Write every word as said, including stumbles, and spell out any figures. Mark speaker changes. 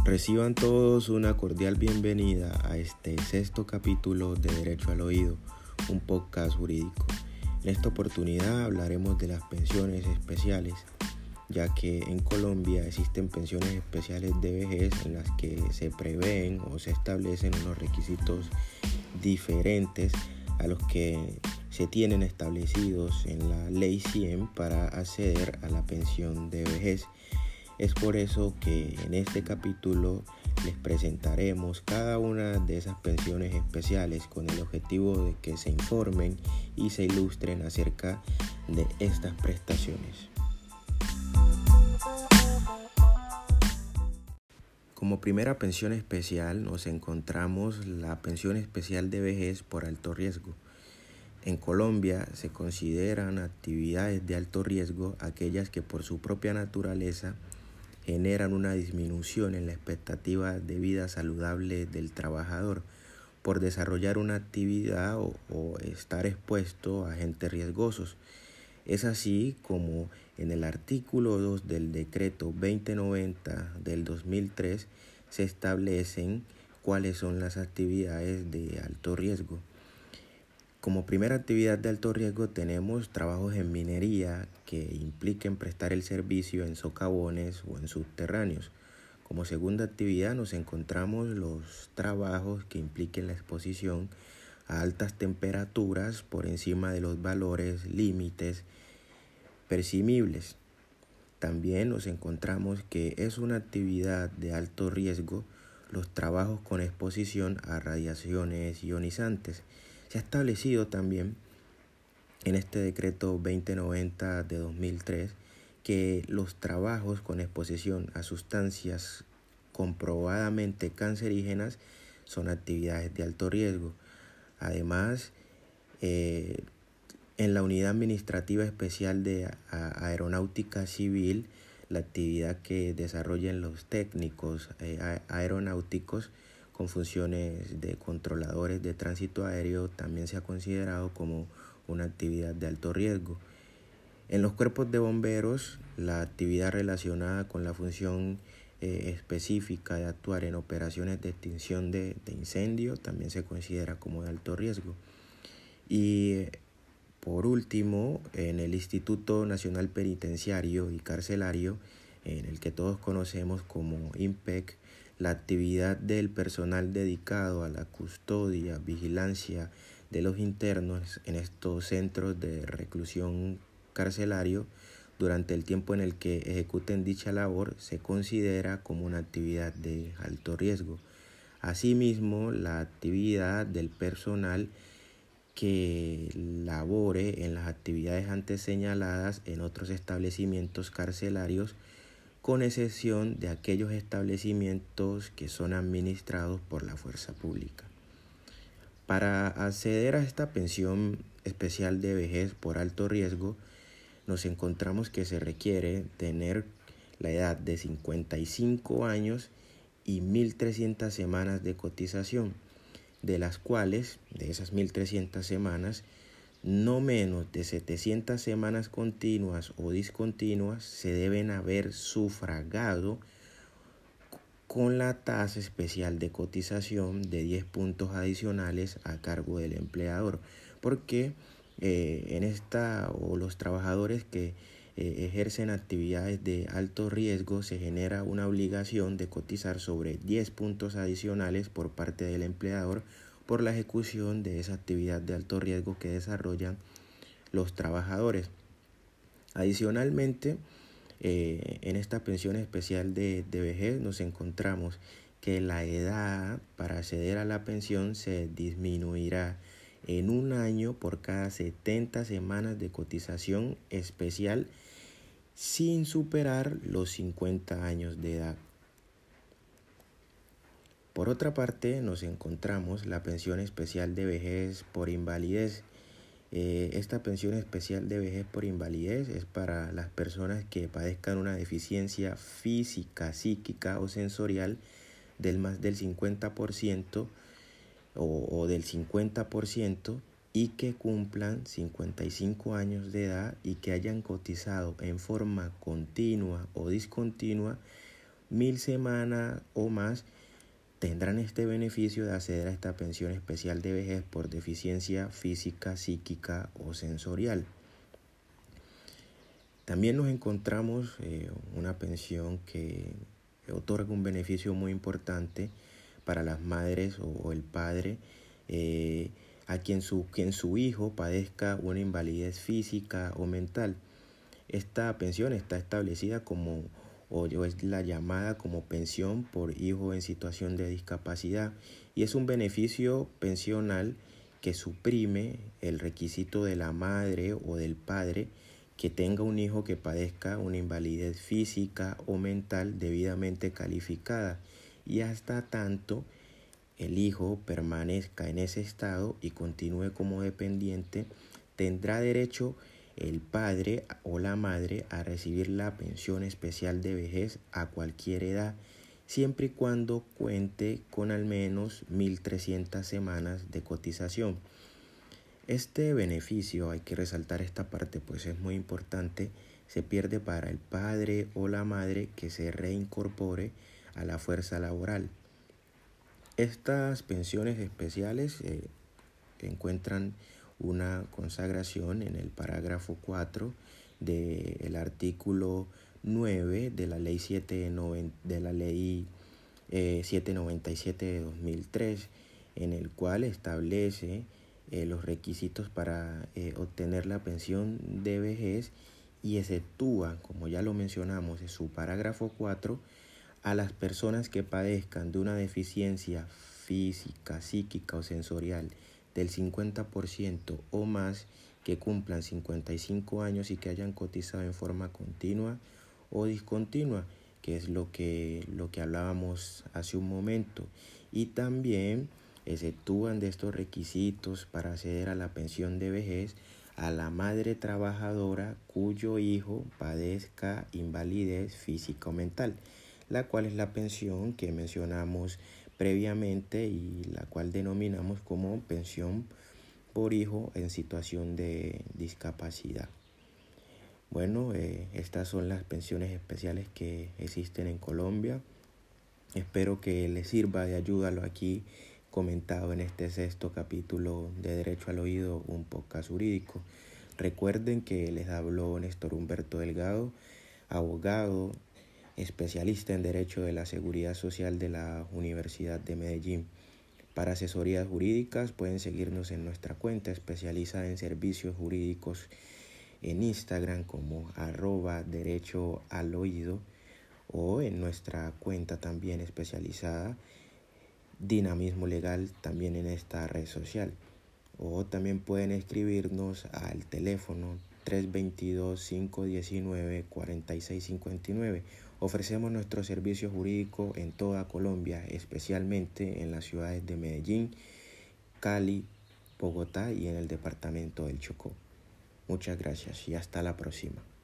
Speaker 1: Reciban todos una cordial bienvenida a este sexto capítulo de Derecho al Oído, un podcast jurídico. En esta oportunidad hablaremos de las pensiones especiales, ya que en Colombia existen pensiones especiales de vejez en las que se prevén o se establecen unos requisitos diferentes a los que se tienen establecidos en la Ley cien para acceder a la pensión de vejez. Es por eso que en este capítulo les presentaremos cada una de esas pensiones especiales con el objetivo de que se informen y se ilustren acerca de estas prestaciones. Como primera pensión especial nos encontramos la pensión especial de vejez por alto riesgo. En Colombia se consideran actividades de alto riesgo aquellas que por su propia naturaleza generan una disminución en la expectativa de vida saludable del trabajador por desarrollar una actividad o, o estar expuesto a agentes riesgosos. Es así como en el artículo dos del decreto veinte noventa del dos mil tres se establecen cuáles son las actividades de alto riesgo. Como primera actividad de alto riesgo tenemos trabajos en minería que impliquen prestar el servicio en socavones o en subterráneos. Como segunda actividad nos encontramos los trabajos que impliquen la exposición a altas temperaturas por encima de los valores límites percibibles. También nos encontramos que es una actividad de alto riesgo los trabajos con exposición a radiaciones ionizantes. Se ha establecido también en este decreto veinte noventa de dos mil tres que los trabajos con exposición a sustancias comprobadamente cancerígenas son actividades de alto riesgo. Además, eh, en la Unidad Administrativa Especial de Aeronáutica Civil, la actividad que desarrollan los técnicos eh, aeronáuticos con funciones de controladores de tránsito aéreo también se ha considerado como una actividad de alto riesgo. En los cuerpos de bomberos, la actividad relacionada con la función eh, específica de actuar en operaciones de extinción de, de incendio también se considera como de alto riesgo. Y por último, en el Instituto Nacional Penitenciario y Carcelario, en el que todos conocemos como INPEC, la actividad del personal dedicado a la custodia, vigilancia de los internos en estos centros de reclusión carcelario durante el tiempo en el que ejecuten dicha labor se considera como una actividad de alto riesgo. Asimismo, la actividad del personal que labore en las actividades antes señaladas en otros establecimientos carcelarios, con excepción de aquellos establecimientos que son administrados por la fuerza pública. Para acceder a esta pensión especial de vejez por alto riesgo, nos encontramos que se requiere tener la edad de cincuenta y cinco años y mil trescientas semanas de cotización, de las cuales, de esas mil trescientas semanas, no menos de setecientas semanas continuas o discontinuas se deben haber sufragado con la tasa especial de cotización de diez puntos adicionales a cargo del empleador, porque eh, en esta o los trabajadores que eh, ejercen actividades de alto riesgo se genera una obligación de cotizar sobre diez puntos adicionales por parte del empleador por la ejecución de esa actividad de alto riesgo que desarrollan los trabajadores. Adicionalmente, eh, en esta pensión especial de, de vejez nos encontramos que la edad para acceder a la pensión se disminuirá en un año por cada setenta semanas de cotización especial sin superar los cincuenta años de edad. Por otra parte, nos encontramos la pensión especial de vejez por invalidez. Eh, esta pensión especial de vejez por invalidez es para las personas que padezcan una deficiencia física, psíquica o sensorial del más del cincuenta por ciento o, o del cincuenta por ciento y que cumplan cincuenta y cinco años de edad y que hayan cotizado en forma continua o discontinua mil semanas o más tendrán este beneficio de acceder a esta pensión especial de vejez por deficiencia física, psíquica o sensorial. También nos encontramos eh, una pensión que otorga un beneficio muy importante para las madres o, o el padre eh, a quien su, quien su hijo padezca una invalidez física o mental. Esta pensión está establecida como, o es la llamada como pensión por hijo en situación de discapacidad, y es un beneficio pensional que suprime el requisito de la madre o del padre que tenga un hijo que padezca una invalidez física o mental debidamente calificada, y hasta tanto el hijo permanezca en ese estado y continúe como dependiente, tendrá derecho el padre o la madre a recibir la pensión especial de vejez a cualquier edad, siempre y cuando cuente con al menos mil trescientas semanas de cotización. Este beneficio, hay que resaltar esta parte, pues es muy importante, se pierde para el padre o la madre que se reincorpore a la fuerza laboral. Estas pensiones especiales eh, encuentran una consagración en el parágrafo cuatro del artículo nueve de la ley, siete, de la ley eh, setecientos noventa y siete de dos mil tres, en el cual establece eh, los requisitos para eh, obtener la pensión de vejez y exceptúa, como ya lo mencionamos en su parágrafo cuatro, a las personas que padezcan de una deficiencia física, psíquica o sensorial del cincuenta por ciento o más, que cumplan cincuenta y cinco años y que hayan cotizado en forma continua o discontinua, que es lo que, lo que hablábamos hace un momento. Y también exceptúan de estos requisitos para acceder a la pensión de vejez a la madre trabajadora cuyo hijo padezca invalidez física o mental, la cual es la pensión que mencionamos previamente y la cual denominamos como pensión por hijo en situación de discapacidad. Bueno, eh, estas son las pensiones especiales que existen en Colombia. Espero que les sirva de ayuda lo aquí comentado en este sexto capítulo de Derecho al Oído, un podcast jurídico. Recuerden que les habló Néstor Humberto Delgado, abogado, especialista en Derecho de la Seguridad Social de la Universidad de Medellín. Para asesorías jurídicas pueden seguirnos en nuestra cuenta especializada en servicios jurídicos en Instagram como arroba derecho al oído, o en nuestra cuenta también especializada Dinamismo Legal también en esta red social. O también pueden escribirnos al teléfono tres dos dos, cinco uno nueve, cuatro seis cinco nueve. Ofrecemos nuestro servicio jurídico en toda Colombia, especialmente en las ciudades de Medellín, Cali, Bogotá y en el departamento del Chocó. Muchas gracias y hasta la próxima.